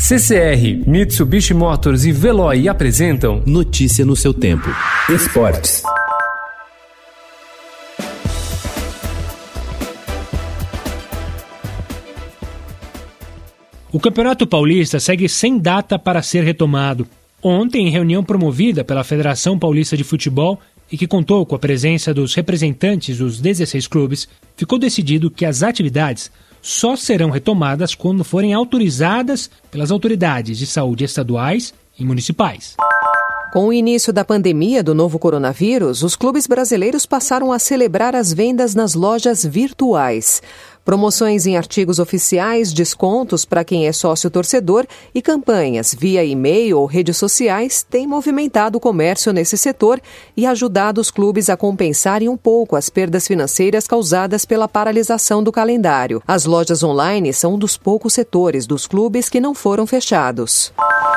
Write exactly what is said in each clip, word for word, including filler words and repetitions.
C C R, Mitsubishi Motors e Veloy apresentam Notícia no seu tempo. Esportes. O Campeonato Paulista segue sem data para ser retomado. Ontem, em reunião promovida pela Federação Paulista de Futebol e que contou com a presença dos representantes dos dezesseis clubes, ficou decidido que as atividades só serão retomadas quando forem autorizadas pelas autoridades de saúde estaduais e municipais. Com o início da pandemia do novo coronavírus, os clubes brasileiros passaram a celebrar as vendas nas lojas virtuais. Promoções em artigos oficiais, descontos para quem é sócio-torcedor e campanhas via e-mail ou redes sociais têm movimentado o comércio nesse setor e ajudado os clubes a compensarem um pouco as perdas financeiras causadas pela paralisação do calendário. As lojas online são um dos poucos setores dos clubes que não foram fechados.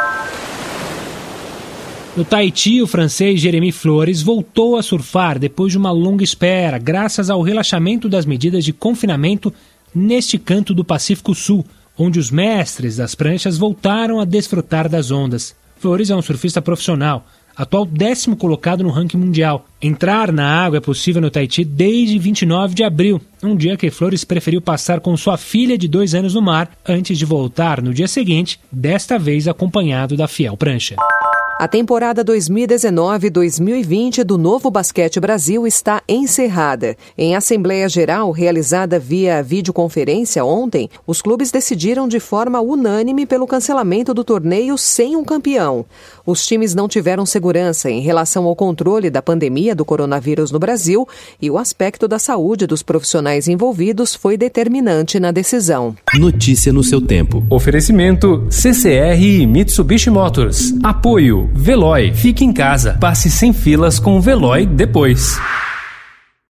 No Tahiti, o francês Jérémy Flores voltou a surfar depois de uma longa espera, graças ao relaxamento das medidas de confinamento neste canto do Pacífico Sul, onde os mestres das pranchas voltaram a desfrutar das ondas. Flores é um surfista profissional, atual décimo colocado no ranking mundial. Entrar na água é possível no Tahiti desde vinte e nove de abril, um dia que Flores preferiu passar com sua filha de dois anos no mar, antes de voltar no dia seguinte, desta vez acompanhado da fiel prancha. A temporada dois mil e dezenove dois mil e vinte do Novo Basquete Brasil está encerrada. Em Assembleia Geral, realizada via videoconferência ontem, os clubes decidiram de forma unânime pelo cancelamento do torneio sem um campeão. Os times não tiveram segurança em relação ao controle da pandemia do coronavírus no Brasil e o aspecto da saúde dos profissionais envolvidos foi determinante na decisão. Notícia no seu tempo. Oferecimento C C R e Mitsubishi Motors. Apoio Veloy. Fique em casa. Passe sem filas com o Veloy depois.